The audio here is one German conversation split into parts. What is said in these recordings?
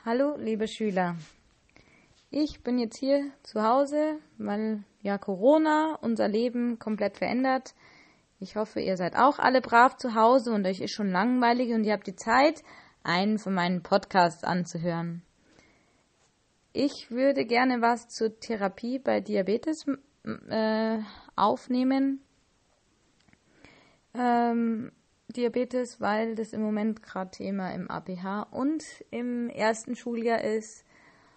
Hallo, liebe Schüler. Ich bin jetzt hier zu Hause, weil ja Corona unser Leben komplett verändert. Ich hoffe, ihr seid auch alle brav zu Hause und euch ist schon langweilig und ihr habt die Zeit, einen von meinen Podcasts anzuhören. Ich würde gerne was zur Therapie bei Diabetes aufnehmen. Diabetes, weil das im Moment gerade Thema im APH und im ersten Schuljahr ist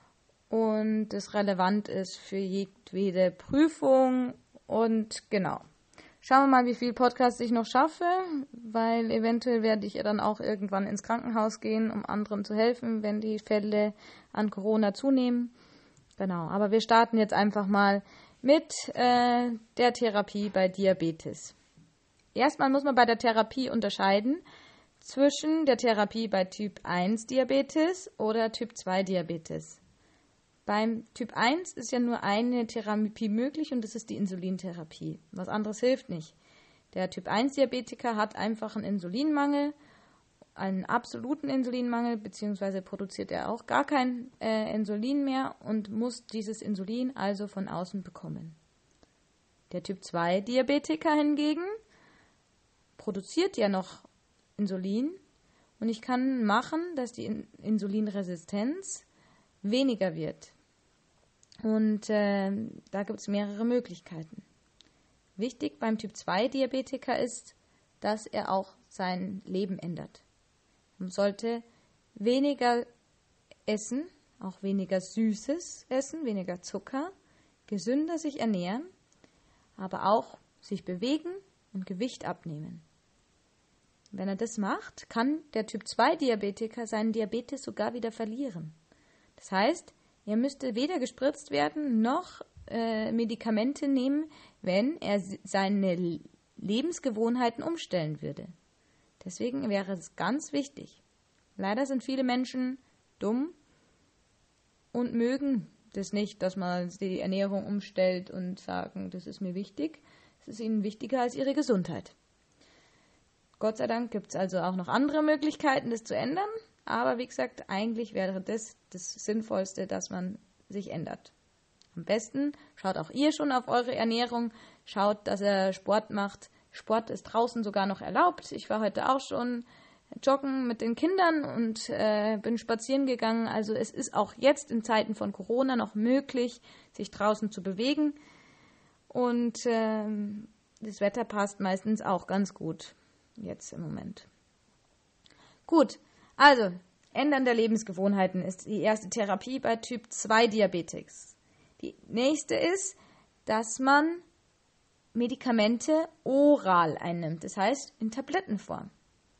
und es relevant ist für jedwede Prüfung. Und genau. Schauen wir mal, wie viel Podcasts ich noch schaffe, weil eventuell werde ich dann auch irgendwann ins Krankenhaus gehen, um anderen zu helfen, wenn die Fälle an Corona zunehmen. Genau, aber wir starten jetzt einfach mal mit der Therapie bei Diabetes. Erstmal muss man bei der Therapie unterscheiden zwischen der Therapie bei Typ 1 Diabetes oder Typ 2 Diabetes. Beim Typ 1 ist ja nur eine Therapie möglich und das ist die Insulintherapie. Was anderes hilft nicht. Der Typ 1 Diabetiker hat einfach einen Insulinmangel, einen absoluten Insulinmangel, beziehungsweise produziert er auch gar kein Insulin mehr und muss dieses Insulin also von außen bekommen. Der Typ 2 Diabetiker hingegen produziert ja noch Insulin und ich kann machen, dass die Insulinresistenz weniger wird. Und da gibt es mehrere Möglichkeiten. Wichtig beim Typ 2 Diabetiker ist, dass er auch sein Leben ändert. Man sollte weniger essen, auch weniger Süßes essen, weniger Zucker, gesünder sich ernähren, aber auch sich bewegen und Gewicht abnehmen. Wenn er das macht, kann der Typ 2 Diabetiker seinen Diabetes sogar wieder verlieren. Das heißt, er müsste weder gespritzt werden noch Medikamente nehmen, wenn er seine Lebensgewohnheiten umstellen würde. Deswegen wäre es ganz wichtig. Leider sind viele Menschen dumm und mögen das nicht, dass man die Ernährung umstellt und sagen, das ist mir wichtig. Es ist ihnen wichtiger als ihre Gesundheit. Gott sei Dank gibt es also auch noch andere Möglichkeiten, das zu ändern. Aber wie gesagt, eigentlich wäre das Sinnvollste, dass man sich ändert. Am besten schaut auch ihr schon auf eure Ernährung, schaut, dass ihr Sport macht. Sport ist draußen sogar noch erlaubt. Ich war heute auch schon joggen mit den Kindern und bin spazieren gegangen. Also es ist auch jetzt in Zeiten von Corona noch möglich, sich draußen zu bewegen. Und das Wetter passt meistens auch ganz gut jetzt im Moment. Gut, also Ändern der Lebensgewohnheiten ist die erste Therapie bei Typ 2 Diabetes. Die nächste ist, dass man Medikamente oral einnimmt, das heißt in Tablettenform.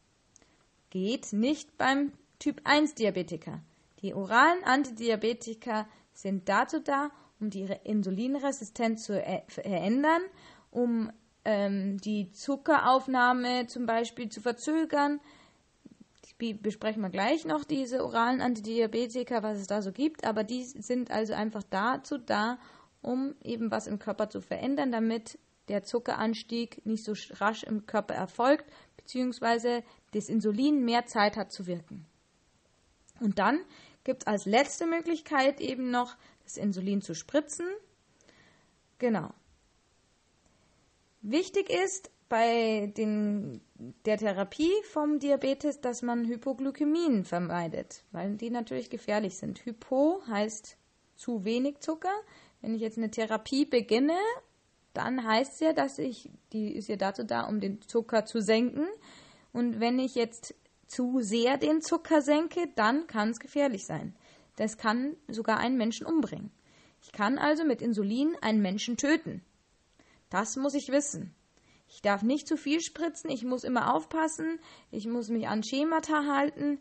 Geht nicht beim Typ 1 Diabetiker. Die oralen Antidiabetika sind dazu da, um die Insulinresistenz zu verändern, um die Zuckeraufnahme zum Beispiel zu verzögern. Die besprechen wir gleich noch, diese oralen Antidiabetika, was es da so gibt, aber die sind also einfach dazu da, um eben was im Körper zu verändern, damit der Zuckeranstieg nicht so rasch im Körper erfolgt, beziehungsweise das Insulin mehr Zeit hat zu wirken. Und dann gibt es als letzte Möglichkeit eben noch, das Insulin zu spritzen. Genau. Wichtig ist bei der Therapie vom Diabetes, dass man Hypoglykämien vermeidet, weil die natürlich gefährlich sind. Hypo heißt zu wenig Zucker. Wenn ich jetzt eine Therapie beginne, dann heißt es ja, die ist ja dazu da, um den Zucker zu senken. Und wenn ich jetzt zu sehr den Zucker senke, dann kann es gefährlich sein. Das kann sogar einen Menschen umbringen. Ich kann also mit Insulin einen Menschen töten. Das muss ich wissen. Ich darf nicht zu viel spritzen, ich muss immer aufpassen, ich muss mich an Schemata halten.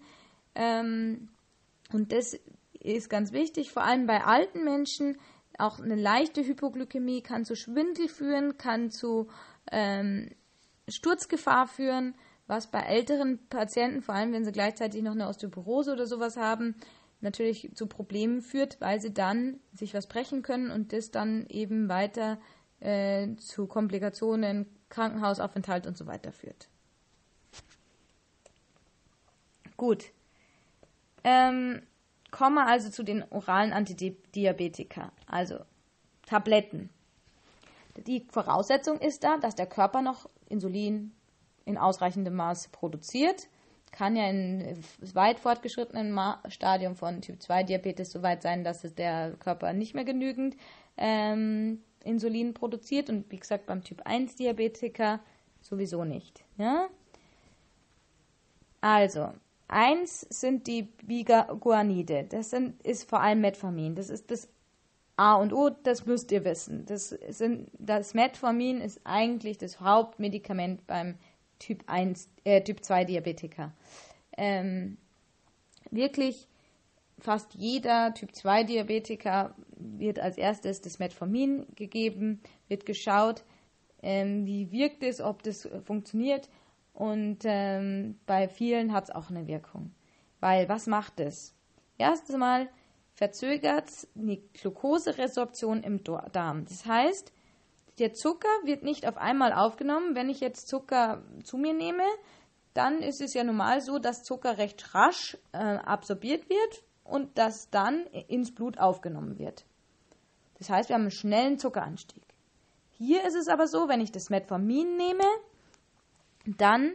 Und das ist ganz wichtig, vor allem bei alten Menschen. Auch eine leichte Hypoglykämie kann zu Schwindel führen, kann zu Sturzgefahr führen, was bei älteren Patienten, vor allem wenn sie gleichzeitig noch eine Osteoporose oder sowas haben, natürlich zu Problemen führt, weil sie dann sich was brechen können und das dann eben weiter zu Komplikationen, Krankenhausaufenthalt und so weiter führt. Gut. Kommen wir also zu den oralen Antidiabetika, also Tabletten. Die Voraussetzung ist da, dass der Körper noch Insulin in ausreichendem Maße produziert. Kann ja in weit fortgeschrittenen Stadium von Typ-2-Diabetes so weit sein, dass der Körper nicht mehr genügend Insulin produziert. Und wie gesagt, beim Typ-1-Diabetiker sowieso nicht. Ja? Also, 1 sind die Bigaguanide. Das ist vor allem Metformin. Das ist das A und O, das müsst ihr wissen. Das Metformin ist eigentlich das Hauptmedikament beim Typ-2-Diabetiker. Wirklich fast jeder Typ-2-Diabetiker wird als erstes das Metformin gegeben, wird geschaut, wie wirkt es, ob das funktioniert. Und bei vielen hat es auch eine Wirkung. Weil, was macht es? Erstens mal verzögert die Glukoseresorption im Darm. Das heißt, der Zucker wird nicht auf einmal aufgenommen. Wenn ich jetzt Zucker zu mir nehme, dann ist es ja normal so, dass Zucker recht rasch absorbiert wird und das dann ins Blut aufgenommen wird. Das heißt, wir haben einen schnellen Zuckeranstieg. Hier ist es aber so, wenn ich das Metformin nehme, dann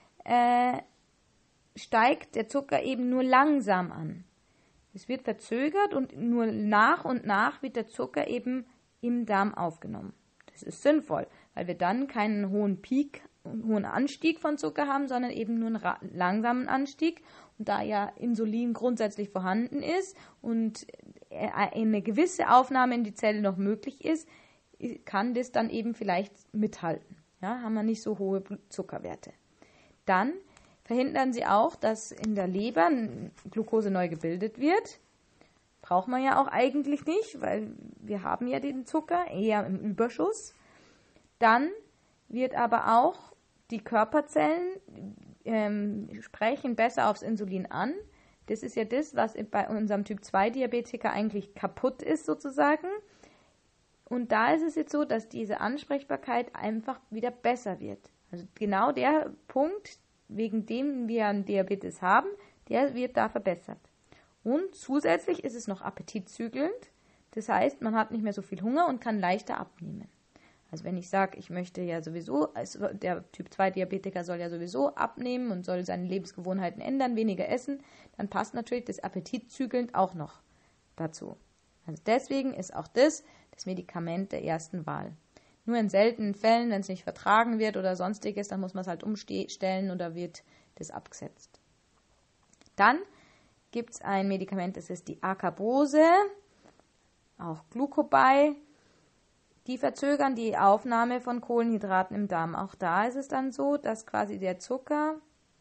steigt der Zucker eben nur langsam an. Es wird verzögert und nur nach und nach wird der Zucker eben im Darm aufgenommen. Das ist sinnvoll, weil wir dann keinen hohen Peak, hohen Anstieg von Zucker haben, sondern eben nur einen langsamen Anstieg. Und da ja Insulin grundsätzlich vorhanden ist und eine gewisse Aufnahme in die Zelle noch möglich ist, kann das dann eben vielleicht mithalten. Ja, haben wir nicht so hohe Zuckerwerte. Dann verhindern sie auch, dass in der Leber Glucose neu gebildet wird. Braucht man ja auch eigentlich nicht, weil wir haben ja den Zucker eher im Überschuss. Dann wird aber auch die Körperzellen sprechen besser aufs Insulin an. Das ist ja das, was bei unserem Typ-2-Diabetiker eigentlich kaputt ist sozusagen. Und da ist es jetzt so, dass diese Ansprechbarkeit einfach wieder besser wird. Also genau der Punkt, wegen dem wir einen Diabetes haben, der wird da verbessert. Und zusätzlich ist es noch appetitzügelnd. Das heißt, man hat nicht mehr so viel Hunger und kann leichter abnehmen. Also wenn ich sage, ich möchte ja sowieso, also der Typ-2-Diabetiker soll ja sowieso abnehmen und soll seine Lebensgewohnheiten ändern, weniger essen, dann passt natürlich das appetitzügelnd auch noch dazu. Also deswegen ist auch das Medikament der ersten Wahl. Nur in seltenen Fällen, wenn es nicht vertragen wird oder sonstiges, dann muss man es halt umstellen oder wird das abgesetzt. Dann gibt es ein Medikament, das ist die Acarbose, auch Glucobay. Die verzögern die Aufnahme von Kohlenhydraten im Darm. Auch da ist es dann so, dass quasi der Zucker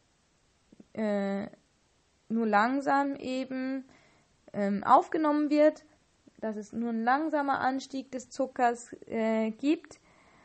nur langsam eben aufgenommen wird, dass es nur ein langsamer Anstieg des Zuckers gibt.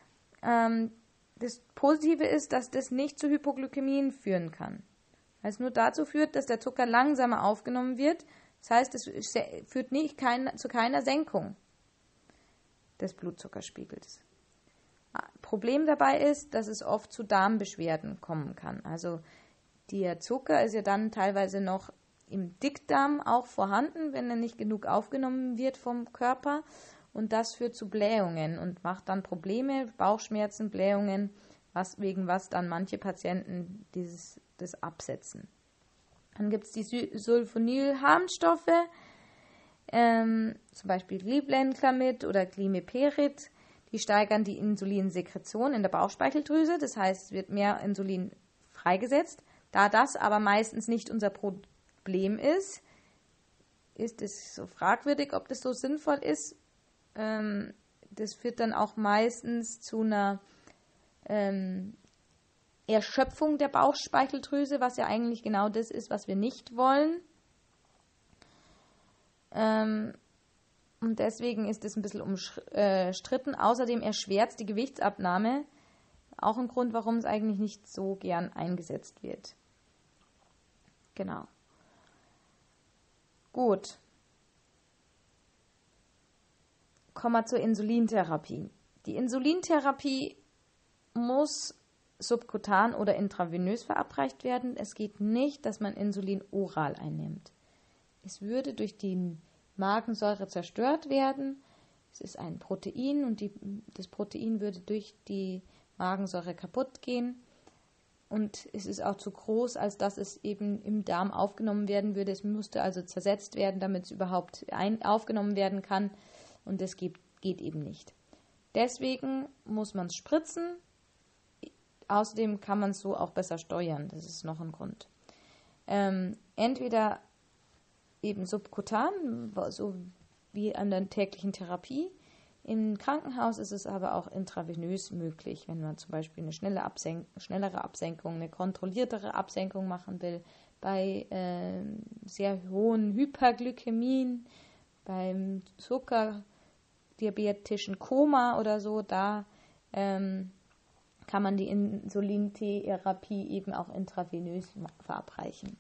Das Positive ist, dass das nicht zu Hypoglykämien führen kann. Weil es nur dazu führt, dass der Zucker langsamer aufgenommen wird. Das heißt, es führt zu keiner Senkung des Blutzuckerspiegels. Problem dabei ist, dass es oft zu Darmbeschwerden kommen kann. Also der Zucker ist ja dann teilweise noch im Dickdarm auch vorhanden, wenn er nicht genug aufgenommen wird vom Körper. Und das führt zu Blähungen und macht dann Probleme, Bauchschmerzen, Blähungen, wegen was dann manche Patienten das absetzen. Dann gibt es die Sulfonylharnstoffe, zum Beispiel Glibenclamid oder Glimeperid. Die steigern die Insulinsekretion in der Bauchspeicheldrüse. Das heißt, es wird mehr Insulin freigesetzt. Da das aber meistens nicht unser Problem ist es so fragwürdig, ob das so sinnvoll ist. Das führt dann auch meistens zu einer Erschöpfung der Bauchspeicheldrüse, was ja eigentlich genau das ist, was wir nicht wollen. Und deswegen ist es ein bisschen umstritten. Außerdem erschwert es die Gewichtsabnahme. Auch ein Grund, warum es eigentlich nicht so gern eingesetzt wird. Genau. Gut. Kommen wir zur Insulintherapie. Die Insulintherapie muss subkutan oder intravenös verabreicht werden. Es geht nicht, dass man Insulin oral einnimmt. es würde durch die Magensäure zerstört werden. Es ist ein Protein und das Protein würde durch die Magensäure kaputt gehen. Und es ist auch zu groß, als dass es eben im Darm aufgenommen werden würde. Es müsste also zersetzt werden, damit es überhaupt aufgenommen werden kann. Und das geht eben nicht. Deswegen muss man es spritzen. Außerdem kann man es so auch besser steuern. Das ist noch ein Grund. Entweder eben subkutan, so wie an der täglichen Therapie. Im Krankenhaus ist es aber auch intravenös möglich, wenn man zum Beispiel eine schnellere Absenkung, eine kontrolliertere Absenkung machen will, bei sehr hohen Hyperglykämien, beim zuckerdiabetischen Koma oder so, da kann man die Insulintherapie eben auch intravenös verabreichen.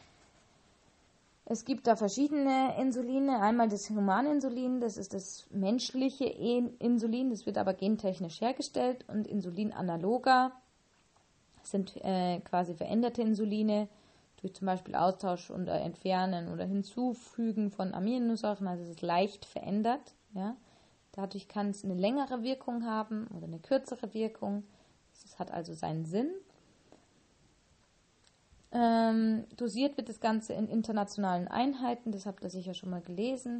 Es gibt da verschiedene Insuline. Einmal das Humaninsulin, das ist das menschliche Insulin, das wird aber gentechnisch hergestellt. Und Insulinanaloga sind quasi veränderte Insuline durch zum Beispiel Austausch oder Entfernen oder Hinzufügen von Aminosäuren. Also es ist leicht verändert. Ja. Dadurch kann es eine längere Wirkung haben oder eine kürzere Wirkung. Das hat also seinen Sinn. Dosiert wird das Ganze in internationalen Einheiten, das habt ihr sicher schon mal gelesen.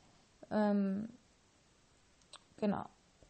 Genau.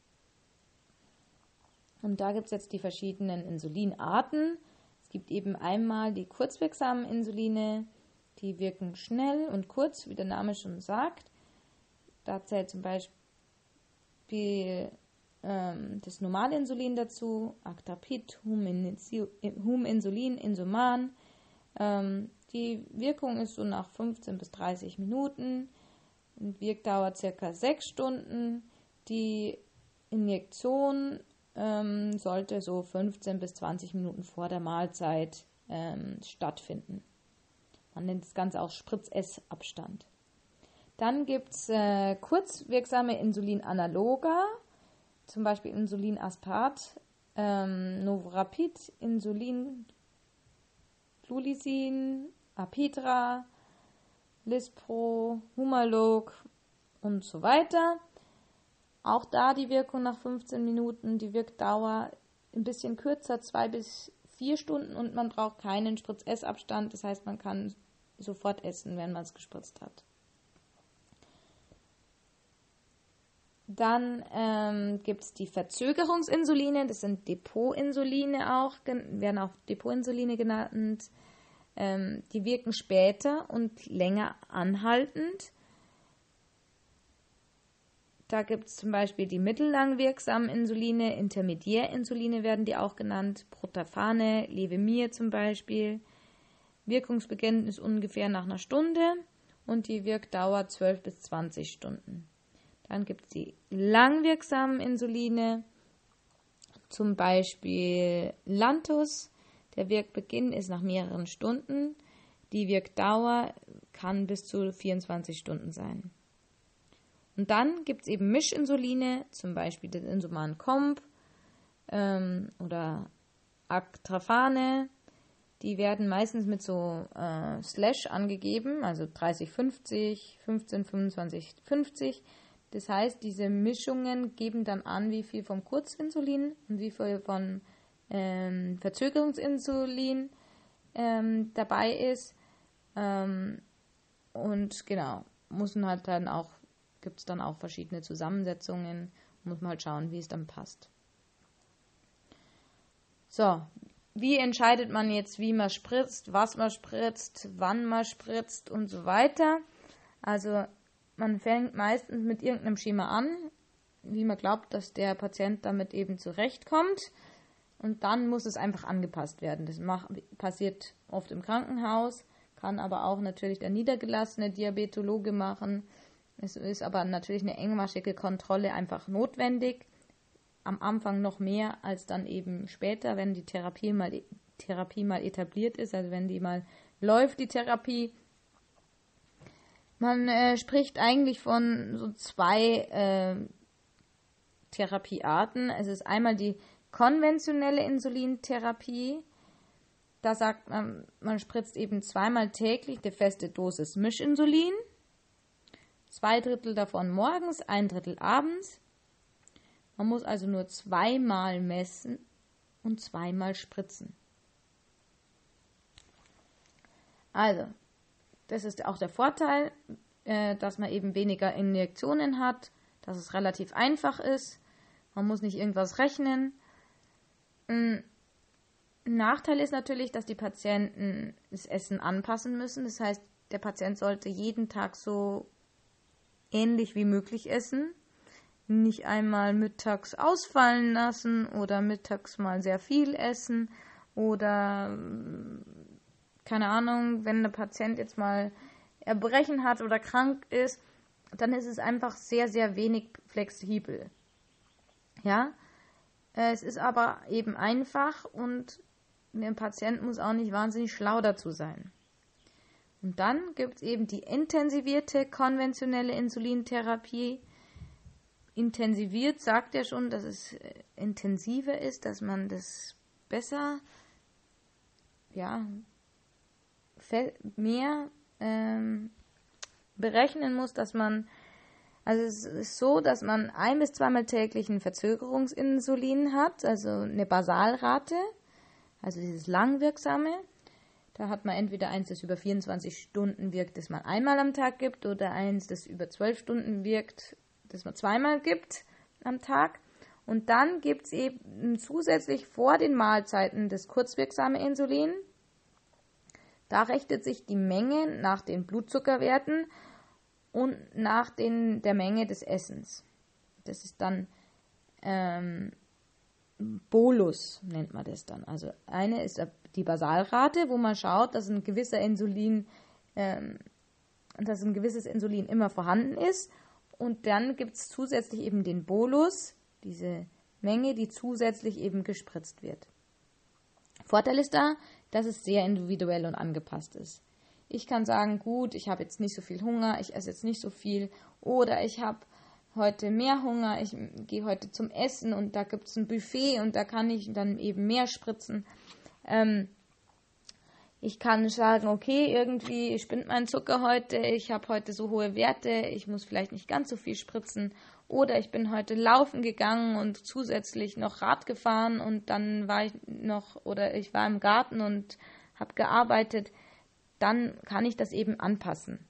Und da gibt es jetzt die verschiedenen Insulinarten. Es gibt eben einmal die kurzwirksamen Insuline, die wirken schnell und kurz, wie der Name schon sagt. Da zählt zum Beispiel das normale Insulin dazu, Actapid, Huminsulin, Insuman. Die Wirkung ist so nach 15 bis 30 Minuten und Wirkdauer ca. 6 Stunden. Die Injektion sollte so 15 bis 20 Minuten vor der Mahlzeit stattfinden. Man nennt das Ganze auch Spritzessabstand. Dann gibt es kurzwirksame Insulinanaloga, zum Beispiel Insulinaspart, Novorapid, Insulin, Flulisin, Apidra, Lispro, Humalog und so weiter. Auch da die Wirkung nach 15 Minuten, die Wirkdauer ein bisschen kürzer, 2 bis 4 Stunden und man braucht keinen Spritzessabstand. Das heißt, man kann sofort essen, wenn man es gespritzt hat. Dann gibt es die Verzögerungsinsuline, das sind Depotinsuline auch, werden auch Depotinsuline genannt. Die wirken später und länger anhaltend. Da gibt es zum Beispiel die mittellang wirksamen Insuline, Intermediärinsuline werden die auch genannt, Protaphane, Levemir zum Beispiel. Wirkungsbeginn ist ungefähr nach einer Stunde und die Wirkdauer 12 bis 20 Stunden. Dann gibt es die langwirksamen Insuline, zum Beispiel Lantus. Der Wirkbeginn ist nach mehreren Stunden. Die Wirkdauer kann bis zu 24 Stunden sein. Und dann gibt es eben Mischinsuline, zum Beispiel das Insuman Comp oder Actrafane. Die werden meistens mit so Slash angegeben, also 30, 50, 15, 25, 50. Das heißt, diese Mischungen geben dann an, wie viel vom Kurzinsulin und wie viel von Verzögerungsinsulin dabei ist. Und genau, gibt es dann auch verschiedene Zusammensetzungen. Muss man halt schauen, wie es dann passt. So, wie entscheidet man jetzt, wie man spritzt, was man spritzt, wann man spritzt und so weiter? Also man fängt meistens mit irgendeinem Schema an, wie man glaubt, dass der Patient damit eben zurechtkommt. Und dann muss es einfach angepasst werden. Das passiert oft im Krankenhaus, kann aber auch natürlich der niedergelassene Diabetologe machen. Es ist aber natürlich eine engmaschige Kontrolle einfach notwendig. Am Anfang noch mehr als dann eben später, wenn die Therapie mal etabliert ist, also wenn die mal läuft, die Therapie. Man spricht eigentlich von so 2 Therapiearten. Es ist einmal die konventionelle Insulintherapie. Da sagt man, man spritzt eben 2-mal täglich die feste Dosis Mischinsulin, 2/3 davon morgens, 1/3 abends. Man muss also nur 2-mal messen und 2-mal spritzen. Also, das ist auch der Vorteil, dass man eben weniger Injektionen hat, dass es relativ einfach ist. Man muss nicht irgendwas rechnen. Ein Nachteil ist natürlich, dass die Patienten das Essen anpassen müssen. Das heißt, der Patient sollte jeden Tag so ähnlich wie möglich essen. Nicht einmal mittags ausfallen lassen oder mittags mal sehr viel essen oder, keine Ahnung, wenn der Patient jetzt mal Erbrechen hat oder krank ist, dann ist es einfach sehr, sehr wenig flexibel. Ja, es ist aber eben einfach und der Patient muss auch nicht wahnsinnig schlau dazu sein. Und dann gibt es eben die intensivierte konventionelle Insulintherapie. Intensiviert sagt ja schon, dass es intensiver ist, dass man das besser, ja, mehr berechnen muss, dass man, also es ist so, dass man 1- bis 2-mal täglich ein Verzögerungsinsulin hat, also eine Basalrate, also dieses langwirksame. Da hat man entweder eins, das über 24 Stunden wirkt, das man einmal am Tag gibt, oder eins, das über 12 Stunden wirkt, das man 2-mal gibt am Tag. Und dann gibt es eben zusätzlich vor den Mahlzeiten das kurzwirksame Insulin. Da richtet sich die Menge nach den Blutzuckerwerten und nach der Menge des Essens. Das ist dann Bolus, nennt man das dann. Also eine ist die Basalrate, wo man schaut, dass ein gewisses Insulin immer vorhanden ist. Und dann gibt es zusätzlich eben den Bolus, diese Menge, die zusätzlich eben gespritzt wird. Vorteil ist da, dass es sehr individuell und angepasst ist. Ich kann sagen, gut, ich habe jetzt nicht so viel Hunger, ich esse jetzt nicht so viel, oder ich habe heute mehr Hunger, ich gehe heute zum Essen und da gibt es ein Buffet und da kann ich dann eben mehr spritzen. Ich kann sagen, okay, irgendwie spinnt mein Zucker heute, ich habe heute so hohe Werte, ich muss vielleicht nicht ganz so viel spritzen. Oder ich bin heute laufen gegangen und zusätzlich noch Rad gefahren und dann war ich war im Garten und habe gearbeitet. Dann kann ich das eben anpassen.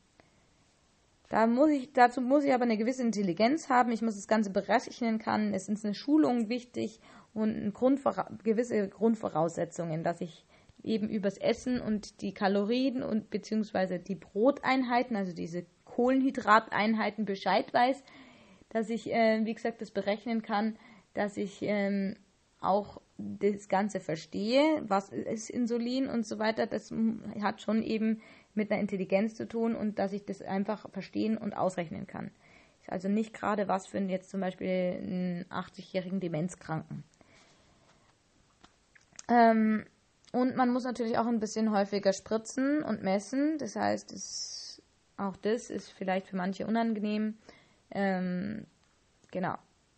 Dazu muss ich aber eine gewisse Intelligenz haben. Ich muss das Ganze berechnen können. Es ist eine Schulung wichtig und gewisse Grundvoraussetzungen, dass ich eben übers Essen und die Kalorien und beziehungsweise die Broteinheiten, also diese Kohlenhydrateinheiten Bescheid weiß, dass ich, wie gesagt, das berechnen kann, dass ich auch das Ganze verstehe, was ist Insulin und so weiter. Das hat schon eben mit einer Intelligenz zu tun und dass ich das einfach verstehen und ausrechnen kann. Ist also nicht gerade was für jetzt zum Beispiel einen 80-jährigen Demenzkranken. Und man muss natürlich auch ein bisschen häufiger spritzen und messen. Das heißt, auch das ist vielleicht für manche unangenehm. Genau.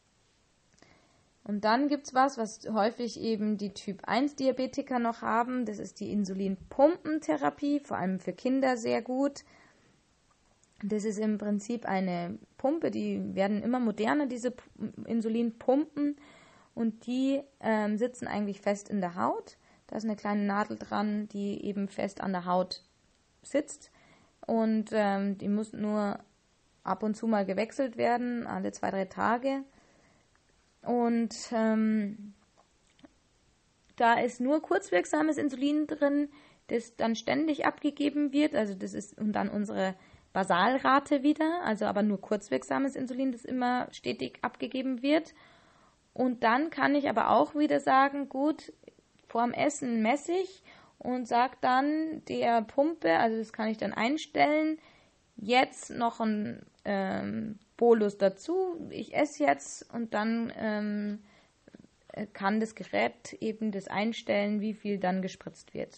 Und dann gibt es was häufig eben die Typ-1-Diabetiker noch haben. Das ist die Insulinpumpentherapie, vor allem für Kinder sehr gut. Das ist im Prinzip eine Pumpe, die werden immer moderner, diese Insulinpumpen. Und die sitzen eigentlich fest in der Haut. Da ist eine kleine Nadel dran, die eben fest an der Haut sitzt. Und die muss nur ab und zu mal gewechselt werden, alle 2-3 Tage. Und da ist nur kurzwirksames Insulin drin, das dann ständig abgegeben wird. Also das ist und dann unsere Basalrate wieder, also aber nur kurzwirksames Insulin, das immer stetig abgegeben wird. Und dann kann ich aber auch wieder sagen, gut, vorm Essen messe ich und sage dann der Pumpe, also das kann ich dann einstellen, jetzt noch ein Bolus dazu, ich esse jetzt und dann kann das Gerät eben das einstellen, wie viel dann gespritzt wird.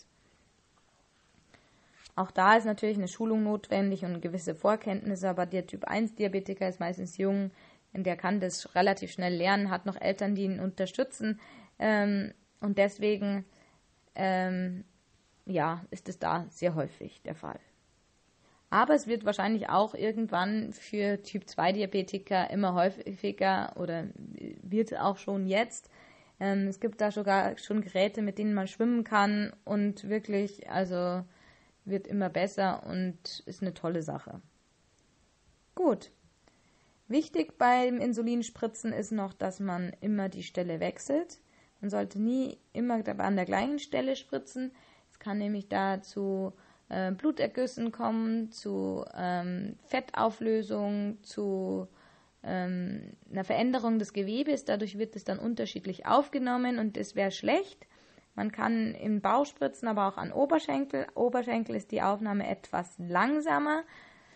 Auch da ist natürlich eine Schulung notwendig und gewisse Vorkenntnisse, aber der Typ-1-Diabetiker ist meistens jung und der kann das relativ schnell lernen, hat noch Eltern, die ihn unterstützen und deswegen ja, ist es da sehr häufig der Fall. Aber es wird wahrscheinlich auch irgendwann für Typ-2-Diabetiker immer häufiger oder wird auch schon jetzt. Es gibt da sogar schon Geräte, mit denen man schwimmen kann und wirklich, also wird immer besser und ist eine tolle Sache. Gut. Wichtig beim Insulinspritzen ist noch, dass man immer die Stelle wechselt. Man sollte nie immer an der gleichen Stelle spritzen. Es kann nämlich da zu Blutergüssen kommen, zu Fettauflösung, zu einer Veränderung des Gewebes. Dadurch wird es dann unterschiedlich aufgenommen und das wäre schlecht. Man kann im Bauch spritzen, aber auch an Oberschenkel. Oberschenkel ist die Aufnahme etwas langsamer.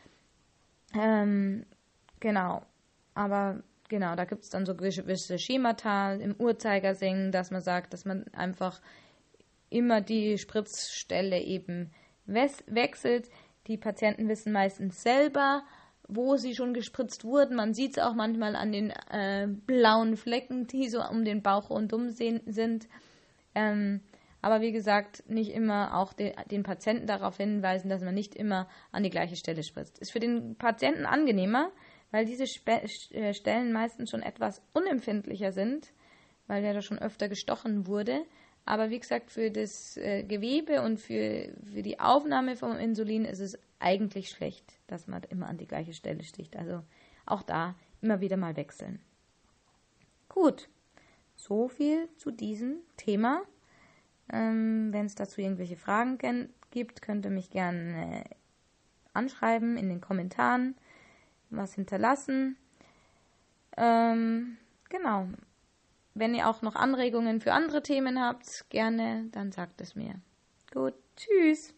Genau, aber genau, da gibt es dann so gewisse Schemata im Uhrzeigersinn, dass man sagt, dass man einfach immer die Spritzstelle eben wechselt. Die Patienten wissen meistens selber, wo sie schon gespritzt wurden. Man sieht es auch manchmal an den blauen Flecken, die so um den Bauch rundum sind. Aber wie gesagt, nicht immer auch den Patienten darauf hinweisen, dass man nicht immer an die gleiche Stelle spritzt. Ist für den Patienten angenehmer, weil diese Stellen meistens schon etwas unempfindlicher sind, weil der da schon öfter gestochen wurde. Aber wie gesagt, für das Gewebe und für die Aufnahme vom Insulin ist es eigentlich schlecht, dass man immer an die gleiche Stelle sticht. Also auch da immer wieder mal wechseln. Gut, so viel zu diesem Thema. Wenn es dazu irgendwelche Fragen gibt, könnt ihr mich gerne anschreiben in den Kommentaren, was hinterlassen. Genau. Wenn ihr auch noch Anregungen für andere Themen habt, gerne, dann sagt es mir. Gut, tschüss.